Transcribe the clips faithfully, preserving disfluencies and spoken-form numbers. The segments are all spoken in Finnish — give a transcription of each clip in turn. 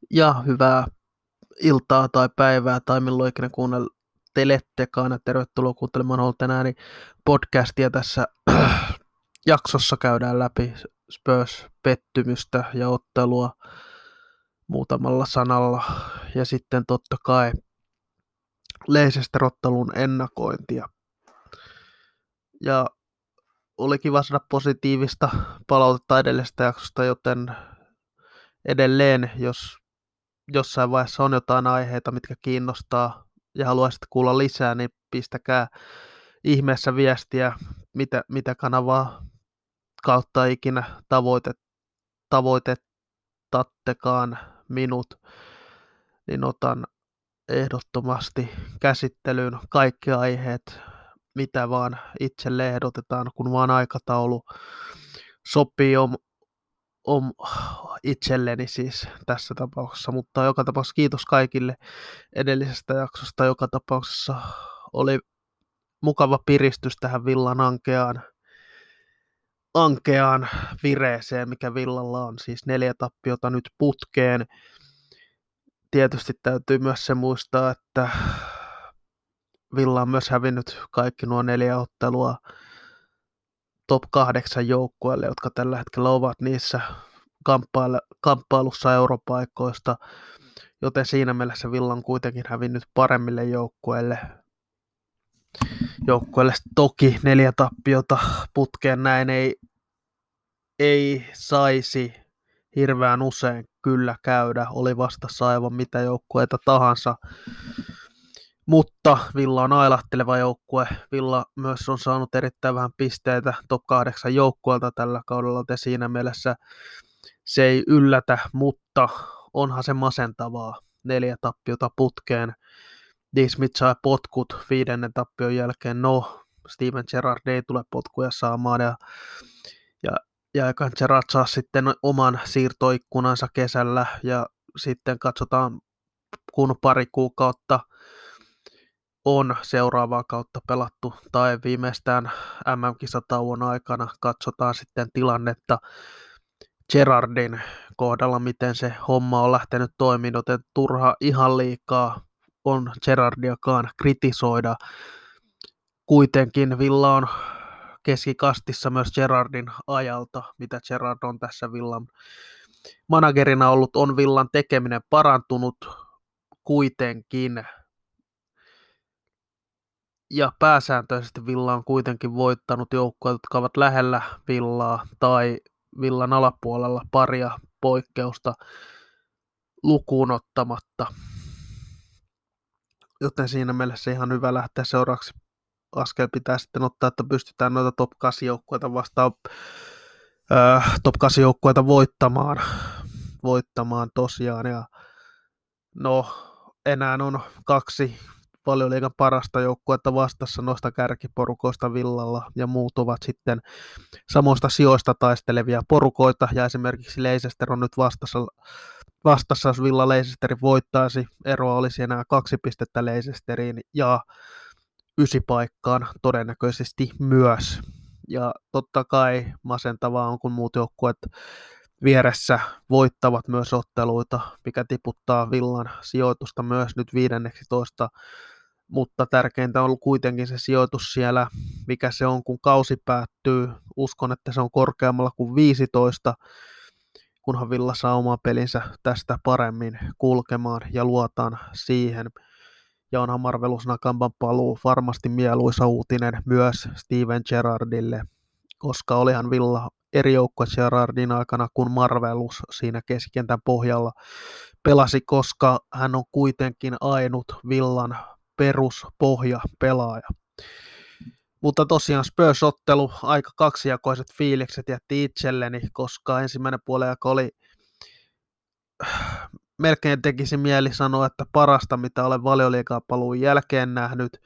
Ja hyvää iltaa tai päivää tai milloin ikinä kuunneltelettekaan. Ja tervetuloa kuuntelemaan Old tänään podcastia. Tässä jaksossa käydään läpi Spurs-pettymystä ja ottelua muutamalla sanalla. Ja sitten totta kai Leicester-ottelun ennakointia. Ja oli kiva saada positiivista palautetta edellisestä jaksosta, joten edelleen, jos jossain vaiheessa on jotain aiheita, mitkä kiinnostaa ja haluaisit kuulla lisää, niin pistäkää ihmeessä viestiä, mitä, mitä kanavaa kautta ikinä tavoitet, tavoitettattekaan minut, niin otan ehdottomasti käsittelyyn kaikki aiheet, mitä vaan itselle ehdotetaan, kun vaan aikataulu sopii om, om, itselleni siis tässä tapauksessa, mutta joka tapauksessa kiitos kaikille edellisestä jaksosta. Joka tapauksessa oli mukava piristys tähän Villan ankeaan, ankeaan vireeseen, mikä Villalla on, siis neljä tappiota nyt putkeen. Tietysti täytyy myös se muistaa, että Villa on myös hävinnyt kaikki nuo neljä ottelua top kahdeksan joukkueelle, jotka tällä hetkellä ovat niissä kamppailussa europaikoista, joten siinä mielessä Villa on kuitenkin hävinnyt paremmille joukkueille. Joukkueelle toki neljä tappiota putkeen näin ei, ei saisi hirveän usein kyllä käydä, oli vastassa aivan mitä joukkueita tahansa. Mutta Villa on ailahteleva joukkue. Villa myös on saanut erittäin vähän pisteitä top kahdeksan joukkueelta tällä kaudella, joten siinä mielessä se ei yllätä, mutta onhan se masentavaa. Neljä tappiota putkeen. Dean Smith sai potkut viidennen tappion jälkeen. No, Steven Gerrard ei tule potkuja saamaan ja, ja, ja eiköhän Gerrard saa sitten oman siirtoikkunansa kesällä ja sitten katsotaan, kun pari kuukautta on seuraavaa kautta pelattu tai viimeistään M M-kisatauon aikana katsotaan sitten tilannetta Gerrardin kohdalla, miten se homma on lähtenyt toimimaan, joten turha ihan liikaa on Gerrardiakaan kritisoida. Kuitenkin Villa on keskikastissa myös Gerrardin ajalta, mitä Gerrard on tässä Villan managerina ollut, on Villan tekeminen parantunut kuitenkin. Ja pääsääntöisesti Villa on kuitenkin voittanut joukkoja, jotka ovat lähellä Villaa tai Villan alapuolella, paria poikkeusta lukuun ottamatta. Joten siinä mielessä ihan hyvä lähteä seuraavaksi. Askel pitää sitten ottaa, että pystytään noita top kahdeksan joukkueita vastaan äh, top kahdeksan joukkueita voittamaan, voittamaan tosiaan. Ja no, enää on kaksi Valioliigan parasta joukkuetta vastassa noista kärkiporukoista Villalla ja muut ovat sitten samoista sijoista taistelevia porukoita ja esimerkiksi Leicester on nyt vastassa, vastassa jos Villa Leicesterin voittaisi, eroa olisi enää kaksi pistettä Leicesteriin ja ysi paikkaan todennäköisesti myös. Ja totta kai masentavaa on, kun muut joukkueet vieressä voittavat myös otteluita, mikä tiputtaa Villan sijoitusta myös nyt viidenneksi toista, mutta tärkeintä on kuitenkin se sijoitus siellä, mikä se on, kun kausi päättyy. Uskon, että se on korkeammalla kuin viisitoista, kunhan Villa saa oma pelinsä tästä paremmin kulkemaan ja luotaan siihen. Ja onhan Marvelous Nakamban paluu varmasti mieluisa uutinen myös Steven Gerrardille, koska olihan Villa eri joukkue Gerrardin aikana kuin Marvelous siinä keskikentän pohjalla pelasi, koska hän on kuitenkin ainut Villan peruspohjapelaaja. Mutta tosiaan Spurs-ottelu, aika kaksijakoiset fiilikset jätti itselleni, koska ensimmäinen puoliaika oli, melkein tekisi mieli sanoa, että parasta, mitä olen Valioliigan paluun jälkeen nähnyt,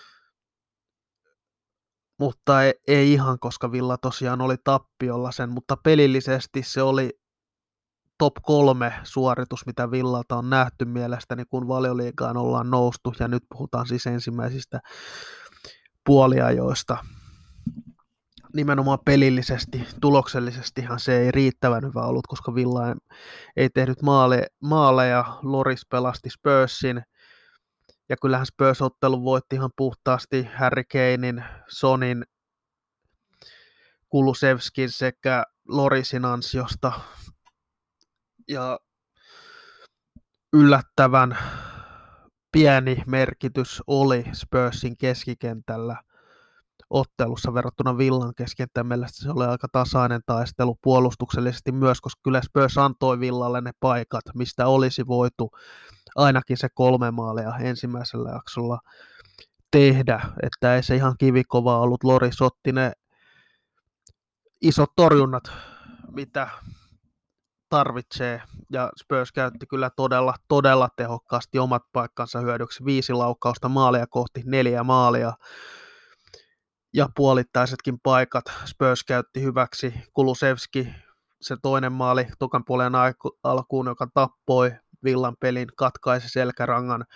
mutta ei, ei ihan, koska Villa tosiaan oli tappiolla sen, mutta pelillisesti se oli top kolme suoritus, mitä Villalta on nähty mielestäni, kun Valioliigaan ollaan noustu, ja nyt puhutaan siis ensimmäisistä puoliajoista. nimenomaan pelillisesti, tuloksellisestihan se ei riittävän hyvä ollut, koska Villa ei, ei tehnyt maale, maaleja, Loris pelasti Spursin, ja kyllähän Spurs-ottelun voitti ihan puhtaasti Harry Kanein, Sonin, Kulusevskin sekä Lorisin ansiosta, ja yllättävän pieni merkitys oli Spursin keskikentällä ottelussa verrattuna Villan keskikenttään. Mielestäni se oli aika tasainen taistelu puolustuksellisesti myös, koska kyllä Spurs antoi Villalle ne paikat, mistä olisi voitu ainakin se kolme maalia ensimmäisellä jaksolla tehdä, että ei se ihan kivikova ollut. Loris otti ne isot torjunnat, mitä tarvitsee, ja Spurs käytti kyllä todella, todella tehokkaasti omat paikkansa hyödyksi. Viisi laukausta maalia kohti, neljä maalia, ja puolittaisetkin paikat Spurs käytti hyväksi. Kulusevski, se toinen maali tokan puolen alkuun, joka tappoi Villan pelin, katkaisi selkärangan.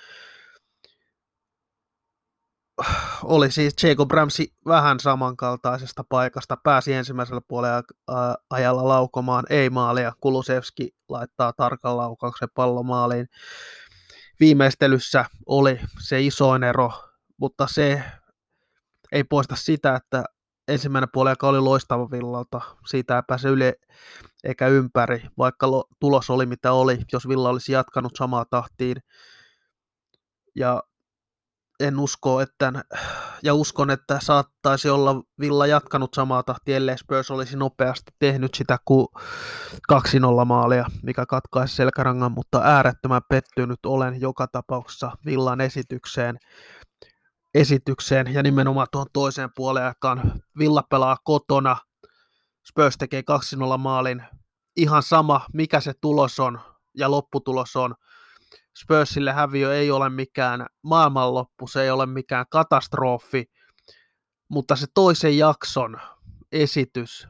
Oli siis Jacob Ramsey vähän samankaltaisesta paikasta, pääsi ensimmäisellä puolella ajalla laukomaan, ei maalia, Kulusevski laittaa tarkan laukauksen pallomaaliin. Viimeistelyssä oli se isoin ero, mutta se ei poista sitä, että ensimmäinen puoli oli loistava Villalta, siitä ei pääse yli eikä ympäri, vaikka tulos oli mitä oli, jos Villa olisi jatkanut samaa tahtiin. Ja en usko, että, ja uskon, että saattaisi olla Villa jatkanut samaa tahtia, ellei Spurs olisi nopeasti tehnyt sitä kuin kaksi nolla maalia, mikä katkaisi selkärangan, mutta äärettömän pettynyt olen joka tapauksessa Villan esitykseen, esitykseen ja nimenomaan tuon toiseen puolen aikaan. Villa pelaa kotona, Spurs tekee kaksi nolla maalin, ihan sama mikä se tulos on ja lopputulos on. Spursille häviö ei ole mikään maailmanloppu, se ei ole mikään katastrofi, mutta se toisen jakson esitys,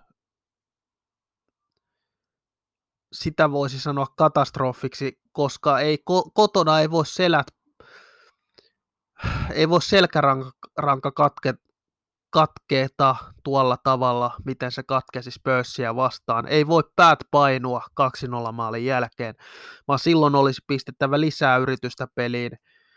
sitä voisi sanoa katastrofiksi, koska ei, kotona ei voi selät, ei voi selkäranka katke, katkeeta tuolla tavalla, miten se katkesi Spursia vastaan. Ei voi päät painua kaksi nolla maalin jälkeen, vaan silloin olisi pistettävä lisää yritystä peliin.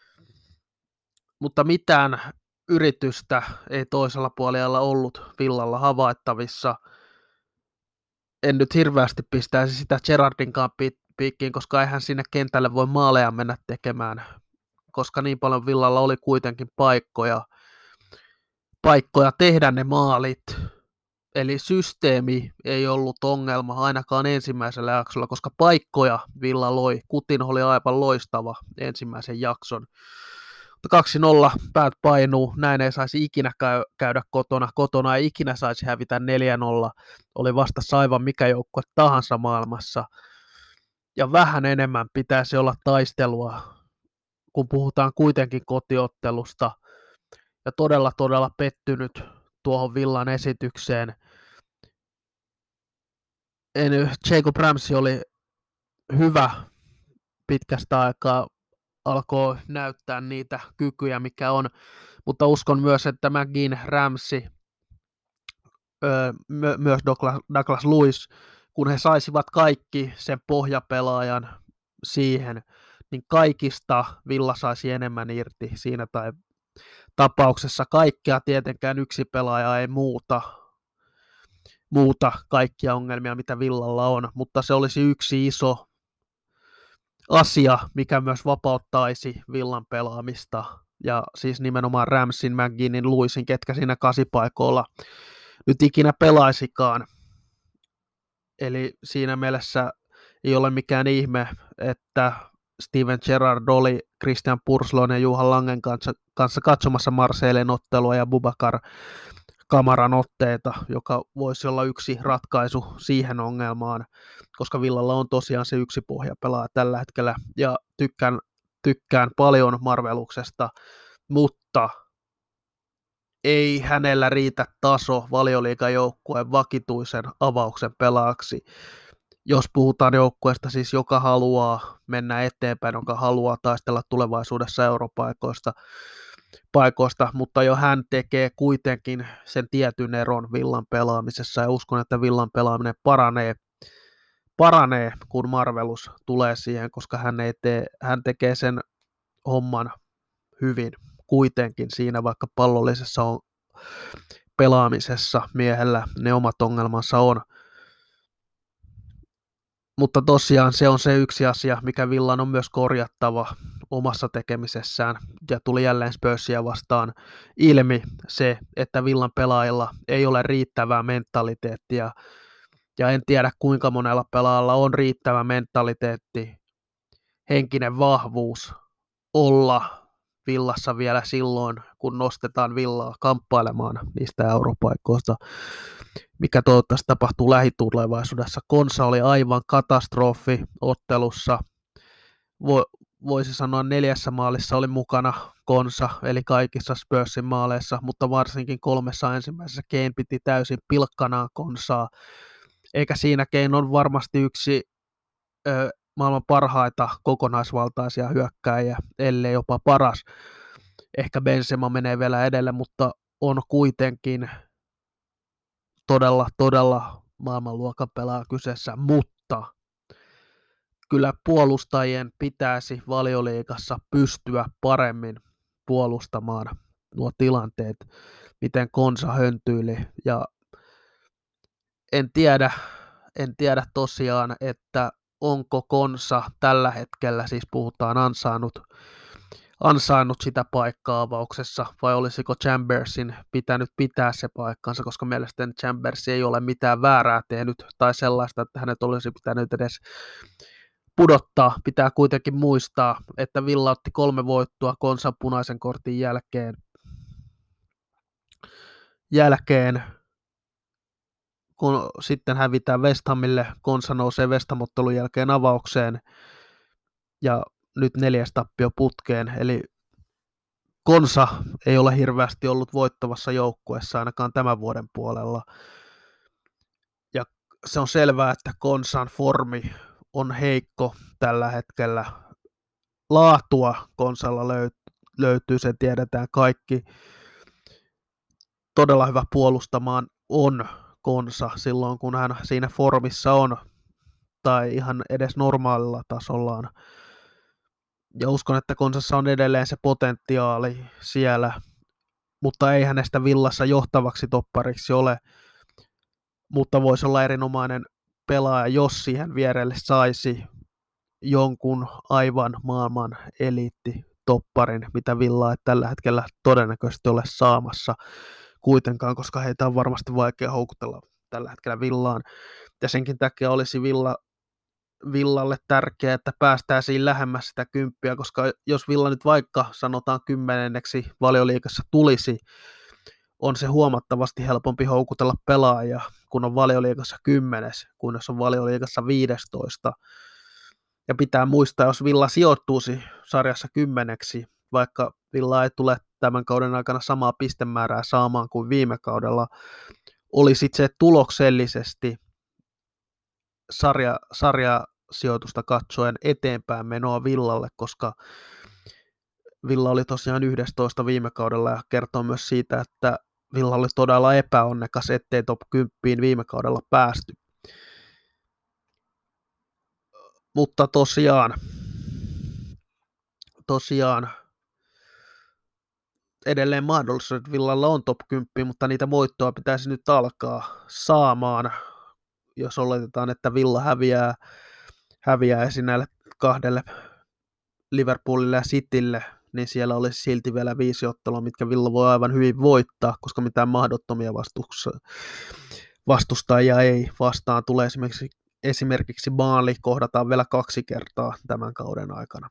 Mutta mitään yritystä ei toisella puolella ollut Villalla havaittavissa. En nyt hirveästi pistäisi sitä Gerrardinkaan piikkiin, koska eihän sinne kentälle voi maaleja mennä tekemään, koska niin paljon Villalla oli kuitenkin paikkoja, paikkoja tehdä ne maalit. Eli systeemi ei ollut ongelma ainakaan ensimmäisellä jaksolla, koska paikkoja Villa loi. Coutinho oli aivan loistava ensimmäisen jakson. kaksi nolla, päät painuu, näin ei saisi ikinä käy, käydä kotona. Kotona ei ikinä saisi hävitä neljä nolla. Oli vastassa aivan mikä joukkue tahansa maailmassa. Ja vähän enemmän pitäisi olla taistelua, kun puhutaan kuitenkin kotiottelusta. Ja todella, todella pettynyt tuohon Villan esitykseen. En, Jacob Ramsey oli hyvä pitkästä aikaa, alkoi näyttää niitä kykyjä, mikä on, mutta uskon myös, että McGinn, Ramsey, öö, my, myös Douglas, Douglas Lewis, kun he saisivat kaikki sen pohjapelaajan siihen, niin kaikista Villa saisi enemmän irti siinä tai tapauksessa. Kaikkea tietenkään yksi pelaaja ei muuta, muuta kaikkia ongelmia, mitä Villalla on, mutta se olisi yksi iso asia, mikä myös vapauttaisi Villan pelaamista, ja siis nimenomaan Ramsin, McGinnin, Lewisin, ketkä siinä kasipaikoilla nyt ikinä pelaisikaan. Eli siinä mielessä ei ole mikään ihme, että Steven Gerrard oli Christian Purslon ja Juha Langen kanssa, kanssa katsomassa Marseillen ottelua ja Boubacar Kamaran otteita, joka voisi olla yksi ratkaisu siihen ongelmaan, koska Villalla on tosiaan se yksi pohjapelaaja tällä hetkellä, ja tykkään, tykkään paljon Marveluksesta, mutta ei hänellä riitä taso Valioliigajoukkueen vakituisen avauksen pelaajaksi. Jos puhutaan joukkueesta siis, joka haluaa mennä eteenpäin, joka haluaa taistella tulevaisuudessa europaikoista, paikoista, mutta jo hän tekee kuitenkin sen tietyn eron Villan pelaamisessa ja uskon, että Villan pelaaminen paranee, paranee kun Marvelus tulee siihen, koska hän, ei tee, hän tekee sen homman hyvin kuitenkin siinä, vaikka pallollisessa on pelaamisessa miehellä ne omat ongelmansa on. Mutta tosiaan se on se yksi asia, mikä Villan on myös korjattava omassa tekemisessään. Ja tuli jälleen Spursia vastaan ilmi se, että Villan pelaajilla ei ole riittävää mentaliteettia. Ja en tiedä kuinka monella pelaajalla on riittävä mentaliteetti, henkinen vahvuus olla Villassa vielä silloin, kun nostetaan Villaa kamppailemaan niistä europaikoista, mikä toivottavasti tapahtuu lähitulevaisuudessa. Konsa oli aivan katastrofi ottelussa. Vo, voisi sanoa neljässä maalissa oli mukana Konsa, eli kaikissa Spursin maaleissa, mutta varsinkin kolmessa ensimmäisessä Kane piti täysin pilkkanaan Konsaa, eikä siinä Kane on varmasti yksi ö, maailman parhaita kokonaisvaltaisia hyökkääjiä, ellei jopa paras. Ehkä Benzema menee vielä edelle, mutta on kuitenkin todella, todella maailmanluokan pelaaja kyseessä, mutta kyllä puolustajien pitäisi Valioliigassa pystyä paremmin puolustamaan nuo tilanteet, miten Konsa höntyili, ja en tiedä, en tiedä tosiaan, että onko Konsa tällä hetkellä, siis puhutaan ansainnut, ansainnut sitä paikkaa avauksessa, vai olisiko Chambersin pitänyt pitää se paikkansa, koska mielestäni Chambers ei ole mitään väärää tehnyt, tai sellaista, että hänet olisi pitänyt edes pudottaa. Pitää kuitenkin muistaa, että Villa otti kolme voittoa Konsan punaisen kortin jälkeen, jälkeen kun sitten hävitään West Hamille, Konsa nousee West Ham-ottelun jälkeen avaukseen, ja nyt neljäs tappio putkeen, eli Konsa ei ole hirveästi ollut voittavassa joukkueessa ainakaan tämän vuoden puolella, ja se on selvää, että Konsan formi on heikko tällä hetkellä. Laatua Konsalla löytyy, sen tiedetään kaikki. Todella hyvä puolustamaan on Konsa silloin, kun hän siinä formissa on, tai ihan edes normaalilla tasollaan. Ja uskon, että Konsassa on edelleen se potentiaali siellä, mutta ei hänestä Villassa johtavaksi toppariksi ole, mutta voisi olla erinomainen pelaaja, jos siihen vierelle saisi jonkun aivan maailman eliitti topparin, mitä Villa ei tällä hetkellä todennäköisesti ole saamassa kuitenkaan, koska heitä on varmasti vaikea houkutella tällä hetkellä Villaan. Ja senkin takia olisi Villa, Villalle tärkeää, että päästäisiin lähemmäs sitä kymppiä, koska jos Villa nyt vaikka sanotaan kymmenenneksi Valioliigassa tulisi, on se huomattavasti helpompi houkutella pelaajia, kun on Valioliigassa kymmenes, kuin jos on Valioliigassa viidestoista. Ja pitää muistaa, jos Villa sijoittuisi sarjassa kymmeneksi, vaikka Villa ei tule tämän kauden aikana samaa pistemäärää saamaan kuin viime kaudella, olisi se tuloksellisesti sarja, sarjasijoitusta katsoen eteenpäin menoa Villalle, koska Villa oli tosiaan yhdestoista viime kaudella ja kertoo myös siitä, että Villa oli todella epäonnekas, ettei top kymmenen viime kaudella päästy. Mutta tosiaan, tosiaan edelleen mahdollisuudet Villalla on top kymmenen, mutta niitä voittoa pitäisi nyt alkaa saamaan, jos oletetaan, että Villa häviää, häviää esiin näille kahdelle Liverpoolille ja Citylle, niin siellä olisi silti vielä viisi ottelua, mitkä Villa voi aivan hyvin voittaa, koska mitään mahdottomia vastustajia ei vastaan tule. Esimerkiksi, esimerkiksi Burnley kohdataan vielä kaksi kertaa tämän kauden aikana.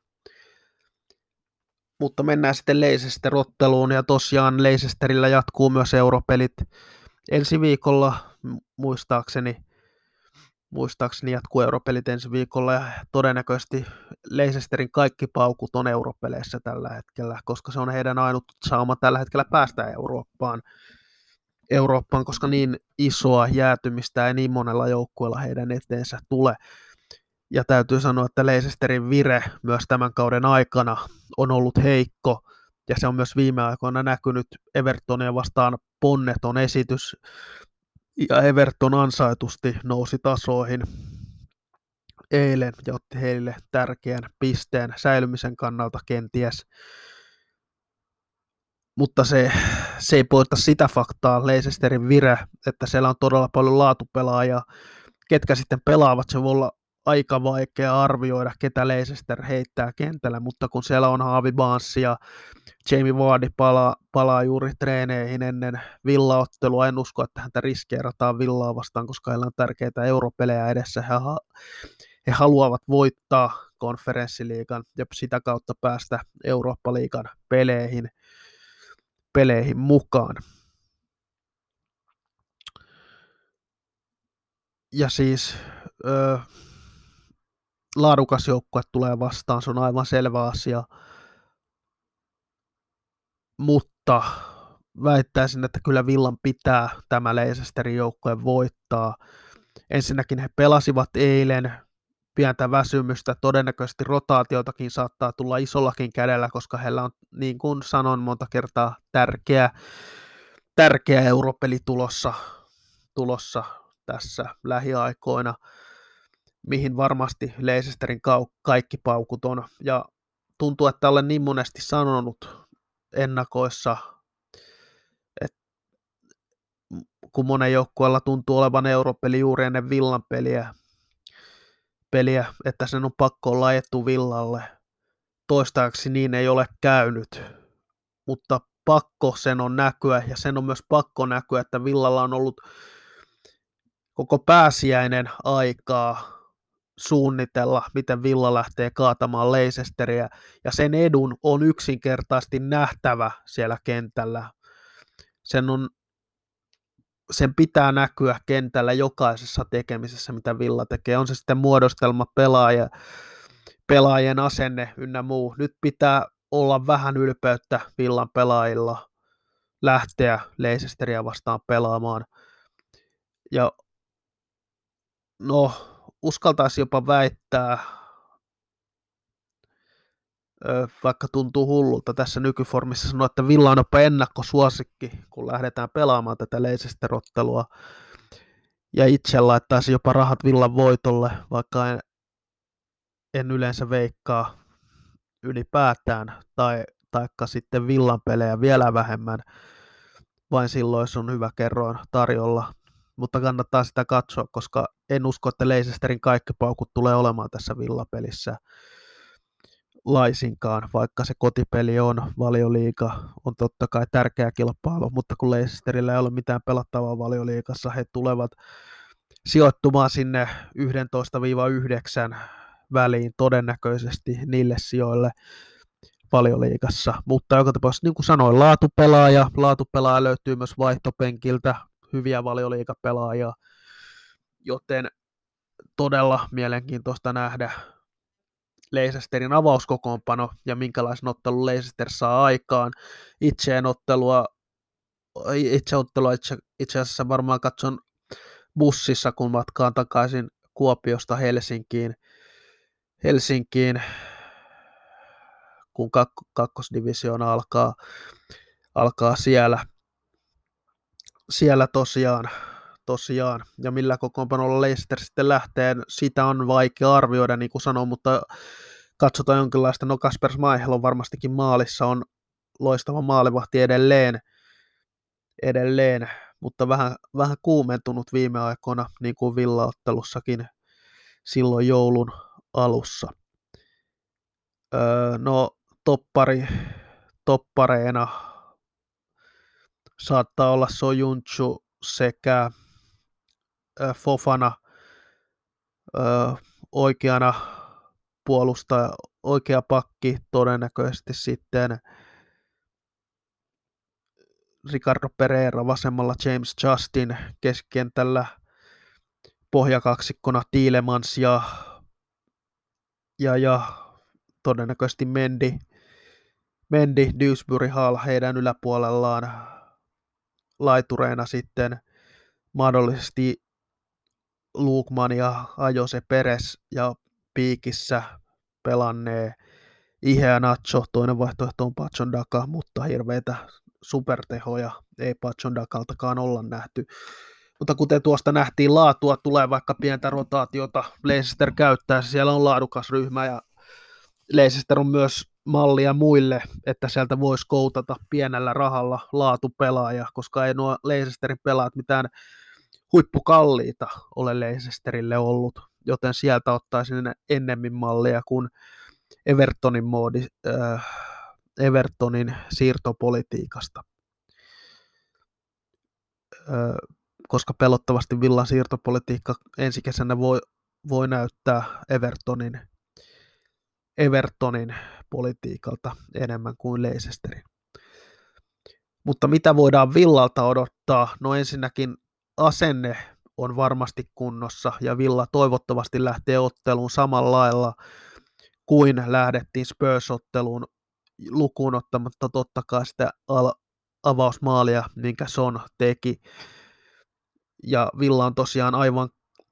Mutta mennään sitten Leicester-otteluun, ja tosiaan Leicesterillä jatkuu myös europelit ensi viikolla, muistaakseni, muistaakseni jatkuu europelit ensi viikolla, ja todennäköisesti Leicesterin kaikki paukut on europeleissä tällä hetkellä, koska se on heidän ainut saama tällä hetkellä päästä Eurooppaan, Eurooppaan, koska niin isoa jäätymistä ei niin monella joukkueella heidän eteensä tule. Ja täytyy sanoa, että Leicesterin vire myös tämän kauden aikana on ollut heikko. ja se on myös viime aikoina näkynyt. Evertonia vastaan ponneton esitys, ja Everton ansaitusti nousi tasoihin eilen ja otti heille tärkeän pisteen säilymisen kannalta kenties, mutta se, se ei poista sitä faktaa, Leicesterin vire, että siellä on todella paljon laatupelaajia, ketkä sitten pelaavat, se voi olla aika vaikea arvioida, ketä Leicester heittää kentällä, mutta kun siellä on Harvey Barnes ja Jamie Vardy palaa, palaa juuri treeneihin ennen villaottelua, en usko, että häntä riskeerataan villaa vastaan, koska heillä on tärkeitä europelejä edessä, he, he haluavat voittaa konferenssiliigan ja sitä kautta päästä Eurooppa-liigan peleihin, peleihin mukaan. Ja siis ö, laadukas joukkue tulee vastaan, se on aivan selvä asia, mutta väittäisin, että kyllä Villan pitää tämä Leicesterin joukkue voittaa. Ensinnäkin he pelasivat eilen pientä väsymystä, todennäköisesti rotaatiotakin saattaa tulla isollakin kädellä, koska heillä on, niin kuin sanon monta kertaa, tärkeä, tärkeä europeli tulossa, tulossa tässä lähiaikoina, mihin varmasti Leicesterin kaikki paukut on, ja tuntuu, että olen niin monesti sanonut ennakoissa, että kun monen joukkueella tuntuu olevan europeli juuri ennen Villan peliä, peliä, että sen on pakko olla ajettu Villalle. Toistaiseksi niin ei ole käynyt, mutta pakko sen on näkyä, ja sen on myös pakko näkyä, että Villalla on ollut koko pääsiäinen aikaa suunnitella, miten Villa lähtee kaatamaan Leicesteriä, ja sen edun on yksinkertaisesti nähtävä siellä kentällä. Sen, on, sen pitää näkyä kentällä jokaisessa tekemisessä, mitä Villa tekee. On se sitten muodostelma, pelaaja, pelaajien asenne ynnä muu. Nyt pitää olla vähän ylpeyttä Villan pelaajilla lähteä Leicesteria vastaan pelaamaan. Ja no, uskaltaisi jopa väittää, vaikka tuntuu hullulta tässä nykyformissa sanoa, että Villa on jopa ennakkosuosikki, kun lähdetään pelaamaan tätä Leicester-ottelua. Ja itse laittaisi jopa rahat Villan voitolle, vaikka en, en yleensä veikkaa ylipäätään, tai taikka sitten Villan pelejä vielä vähemmän, vain silloin se on hyvä kerroin tarjolla. Mutta kannattaa sitä katsoa, koska en usko, että Leicesterin kaikki paukut tulee olemaan tässä Villa-pelissä laisinkaan, vaikka se kotipeli on, Valioliiga on totta kai tärkeä kilpailu, mutta kun Leicesterillä ei ole mitään pelattavaa Valioliigassa, he tulevat sijoittumaan sinne yksitoista yhdeksän väliin todennäköisesti niille sijoille Valioliigassa, mutta joka tapauksessa niin kuin sanoin, laatupelaaja, laatupelaaja löytyy myös vaihtopenkiltä, hyviä Valioliigapelaajia, joten todella mielenkiintoista nähdä Leicesterin avauskokoonpano ja minkälaisen ottelun Leicester saa aikaan. Itse ottelua, itse, ottelua itse, itse asiassa varmaan katson bussissa, kun matkaan takaisin Kuopiosta Helsinkiin, Helsinkiin kun kak- kakkosdivisioona alkaa, alkaa siellä, siellä tosiaan, tosiaan, ja millä kokoonpanolla Leicester sitten lähtee, sitä on vaikea arvioida, niin kuin sanoin, mutta katsotaan jonkinlaista, no Kasper Schmeichel on varmastikin maalissa, on loistava maalivahti edelleen, edelleen mutta vähän, vähän kuumentunut viime aikoina, niin kuin Villa-ottelussakin silloin joulun alussa. Öö, no toppari, toppareena saattaa olla Soyuncu sekä ö, Fofana ö, oikeana puolustaja, oikea pakki todennäköisesti sitten Ricardo Pereira vasemmalla, James Justin keskikentällä, pohjakaksikkona Tielemans ja, ja, ja todennäköisesti Mendy, Mendy, Dewsbury Hall heidän yläpuolellaan, laitureina sitten mahdollisesti Lukman ja Ajose Peres ja piikissä pelannee Ihe Nacho, toinen vaihtoehto on Patson Daka, mutta hirveitä supertehoja ei Patson Dakaltakaan olla nähty. Mutta kuten tuosta nähtiin, laatua tulee, vaikka pientä rotaatiota Leicester käyttää. Siellä on laadukas ryhmä ja Leicester on myös mallia muille, että sieltä voisi koutata pienellä rahalla laatupelaaja, koska ei nuo Leicesterin pelaat mitään huippukalliita ole Leicesterille ollut, joten sieltä ottaisin ennemmin mallia kuin Evertonin, moodi, äh, Evertonin siirtopolitiikasta. Äh, koska pelottavasti Villan siirtopolitiikka ensi kesänä voi, voi näyttää Evertonin, Evertonin politiikalta enemmän kuin Leicesterin. Mutta mitä voidaan Villalta odottaa? No ensinnäkin asenne on varmasti kunnossa ja Villa toivottavasti lähtee otteluun samalla lailla kuin lähdettiin Spurs-otteluun lukuun ottamatta totta kai sitä al- avausmaalia, minkä Son teki. Ja Villa on tosiaan aivan,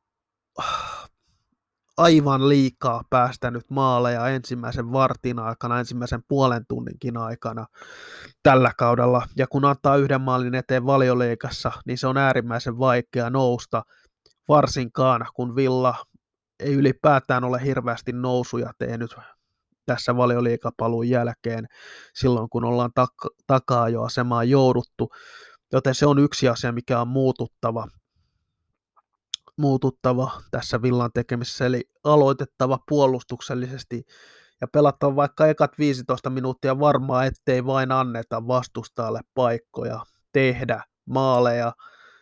aivan liikaa päästänyt maaleja ensimmäisen vartin aikana, ensimmäisen puolen tunninkin aikana tällä kaudella. Ja kun antaa yhden maalin eteen Valioliigassa, niin se on äärimmäisen vaikea nousta, varsinkaan kun Villa ei ylipäätään ole hirveästi nousuja tehnyt tässä Valioliigapaluun jälkeen silloin, kun ollaan tak- takaa jo asemaan jouduttu. Joten se on yksi asia, mikä on muututtava, muututtava tässä Villan tekemisessä, eli aloitettava puolustuksellisesti ja pelattava vaikka ekat viisitoista minuuttia varmaan, ettei vain anneta vastustajalle paikkoja tehdä maaleja.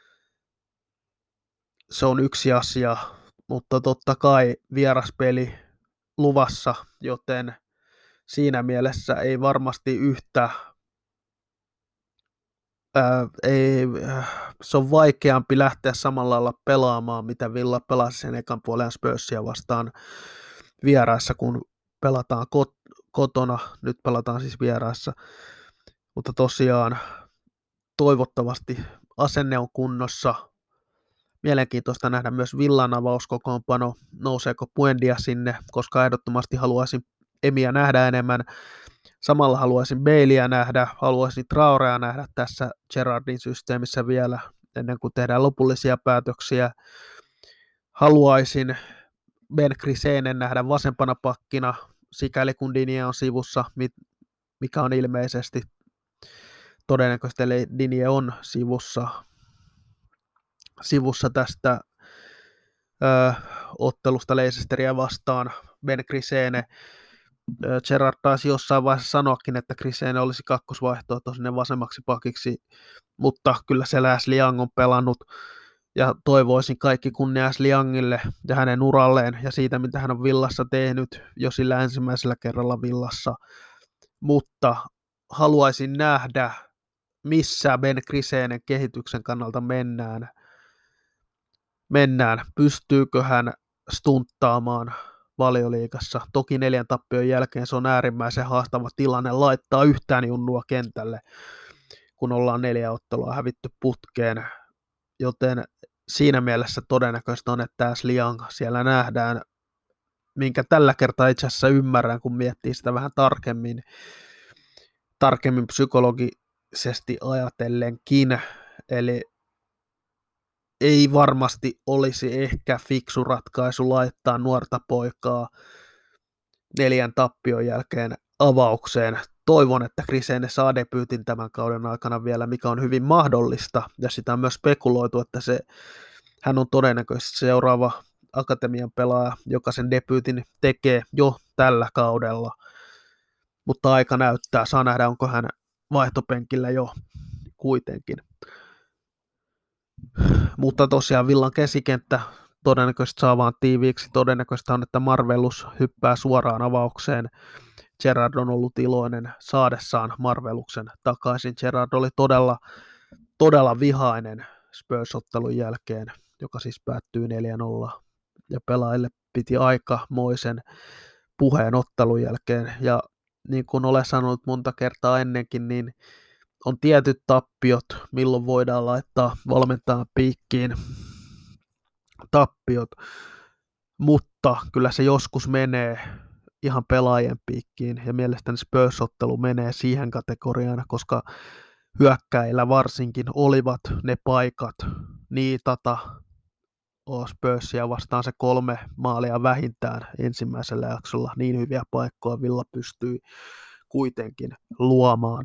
Se on yksi asia, mutta totta kai vieraspeli luvassa, joten siinä mielessä ei varmasti yhtä, ää, ei, äh, se on vaikeampi lähteä samalla lailla pelaamaan, mitä Villa pelasi sen ekan puolen Spursia vastaan vieraissa, kun pelataan kot- kotona, nyt pelataan siis vieraissa, mutta tosiaan toivottavasti asenne on kunnossa. Mielenkiintoista nähdä myös Villan avauskokoonpano, nouseeko Buendia sinne, koska ehdottomasti haluaisin Emiä nähdä enemmän. Samalla haluaisin Baileyä nähdä, haluaisin Traorea nähdä tässä Gerrardin systeemissä vielä, ennen kuin tehdään lopullisia päätöksiä. Haluaisin Ben Crisenen nähdä vasempana pakkina, sikäli kun Digne on sivussa, mikä on ilmeisesti todennäköisesti, eli Digne on sivussa, sivussa tästä ö, ottelusta Leicesteria vastaan. Ben Crisene, Gerrard taisi jossain vaiheessa sanoakin, että Crisene olisi kakkosvaihtoehto sinne vasemmaksi pakiksi, mutta kyllä siellä Ashley Young on pelannut ja toivoisin kaikki kunnia Ashley Youngille ja hänen uralleen ja siitä, mitä hän on Villassa tehnyt jo sillä ensimmäisellä kerralla Villassa, mutta haluaisin nähdä, missä Ben Crisenen kehityksen kannalta mennään. mennään. Pystyykö hän stunttaamaan Valioliigassa? Toki neljän tappion jälkeen se on äärimmäisen haastava tilanne laittaa yhtään junnua kentälle, kun ollaan neljä ottelua hävitty putkeen, joten siinä mielessä todennäköistä on, että Ashley Young siellä nähdään, minkä tällä kertaa itse asiassa ymmärrän, kun miettii sitä vähän tarkemmin, tarkemmin psykologisesti ajatellenkin, eli ei varmasti olisi ehkä fiksu ratkaisu laittaa nuorta poikaa neljän tappion jälkeen avaukseen. Toivon, että Crisene saa debyytin tämän kauden aikana vielä, mikä on hyvin mahdollista, ja sitä on myös spekuloitu, että se, hän on todennäköisesti seuraava akatemian pelaaja, joka sen debyytin tekee jo tällä kaudella, mutta aika näyttää, saa nähdä, onko hän vaihtopenkillä jo kuitenkin. Mutta tosiaan Villan kesikenttä todennäköisesti saa vaan tiiviiksi. Todennäköistä on, että Marvelus hyppää suoraan avaukseen. Gerrard on ollut iloinen saadessaan Marveluksen takaisin. Gerrard oli todella, todella vihainen Spurs-ottelun jälkeen, joka siis päättyy neljä nolla. Ja pelaajille piti aikamoisen puheen ottelun jälkeen. Ja niin kuin olen sanonut monta kertaa ennenkin, niin on tietyt tappiot, milloin voidaan laittaa valmentajan piikkiin tappiot, mutta kyllä se joskus menee ihan pelaajien piikkiin, ja mielestäni Spurs-ottelu menee siihen kategoriaan, koska hyökkäillä varsinkin olivat ne paikat niitata Spursia vastaan se kolme maalia vähintään ensimmäisellä jaksolla. Niin hyviä paikkoja Villa pystyi kuitenkin luomaan.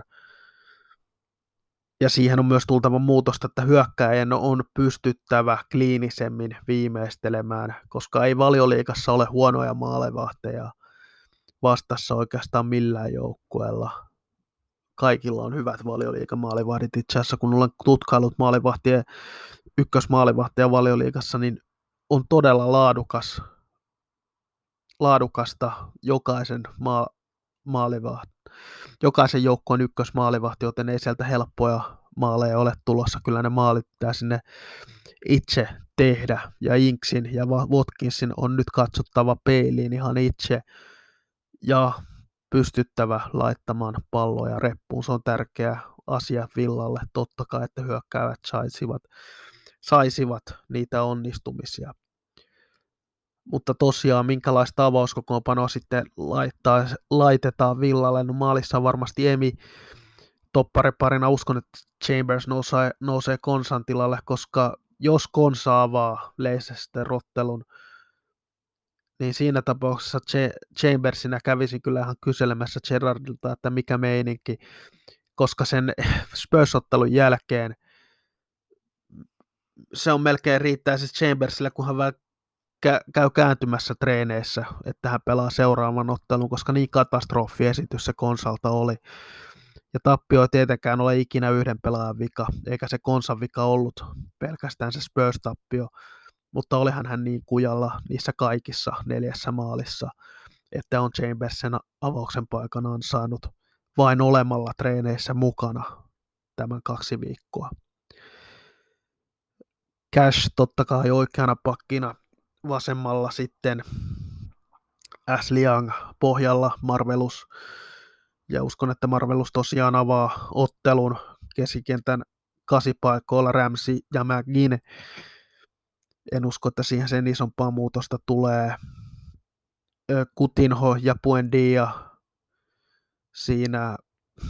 Ja siihen on myös tultava muutosta, että hyökkäjien on pystyttävä kliinisemmin viimeistelemään, koska ei Valioliigassa ole huonoja maalevahteja vastassa oikeastaan millään joukkueella. Kaikilla on hyvät Valioliiga-maalivahdit. Itse asiassa kun olen tutkailut maalivahtien, ykkösmaalivahtia Valioliigassa, niin on todella laadukas, laadukasta jokaisen maa, maalivahti. Jokaisen joukkueen ykkösmaalivahti, joten ei sieltä helppoja maaleja ole tulossa. Kyllä ne maalit pitää sinne itse tehdä. Ja Inksin ja Watkinsin on nyt katsottava peiliin ihan itse ja pystyttävä laittamaan palloja reppuun. Se on tärkeä asia Villalle. Totta kai, että hyökkäävät saisivat, saisivat niitä onnistumisia. Mutta tosiaan, minkälaista avauskokoonpanoa sitten laittaa, laitetaan Villalle? No maalissa on varmasti Emi toppariparina. Uskon, että Chambers nousee, nousee Konsan tilalle, koska jos Konsa avaa Leicester-ottelun, niin siinä tapauksessa Chambersina kävisin kyllä ihan kyselemässä Gerrardilta, että mikä meininki, koska sen Spurs-ottelun jälkeen se on melkein riittää siis Chambersille, kun hän vähän käy kääntymässä treeneissä, että hän pelaa seuraavan ottelun, koska niin katastrofiesitys se Konsalta oli. Ja tappio ei tietenkään ole ikinä yhden pelaajan vika, eikä se Konsan vika ollut pelkästään se Spurs-tappio, mutta olihan hän niin kujalla niissä kaikissa neljässä maalissa, että on Chambers sen avauksen paikan ansainnut vain olemalla treeneissä mukana tämän kaksi viikkoa. Cash totta kai oikeana pakkina, vasemmalla sitten Ashley Young, pohjalla Marvelous, ja uskon, että Marvelous tosiaan avaa ottelun keskikentän kasipaikoilla Ramsey ja McGinn. En usko, että siihen sen isompaa muutosta tulee. Coutinho ja Buendia siinä,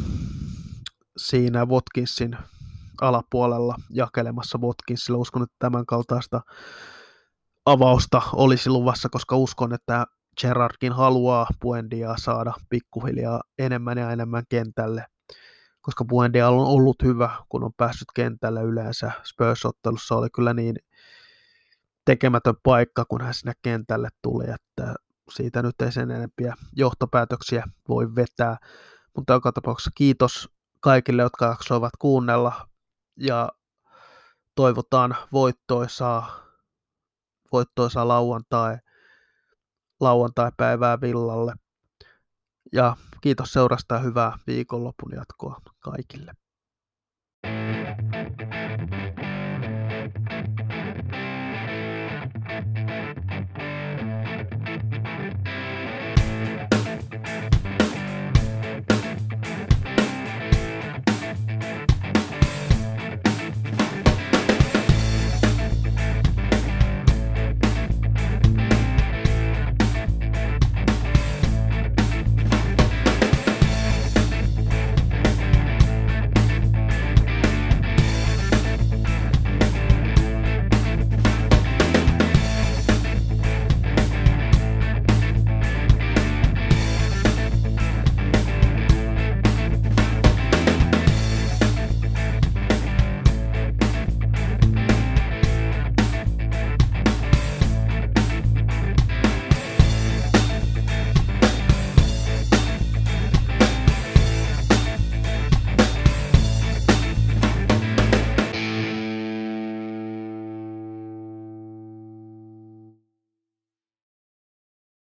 siinä Watkinsin alapuolella jakelemassa Watkinsilla. Uskon, että tämän kaltaista avausta olisi luvassa, koska uskon, että Gerrardkin haluaa Buendiaa saada pikkuhiljaa enemmän ja enemmän kentälle, koska Buendia on ollut hyvä, kun on päässyt kentälle yleensä. Spurs-ottelussa oli kyllä niin tekemätön paikka, kun hän sinne kentälle tuli, että siitä nyt ei sen enempiä johtopäätöksiä voi vetää. Mutta joka tapauksessa kiitos kaikille, jotka jaksoivat kuunnella, ja toivotaan voittoisaa, voittoisaa lauantai, lauantai-päivää Villalle. Ja kiitos seurasta ja hyvää viikonlopun jatkoa kaikille.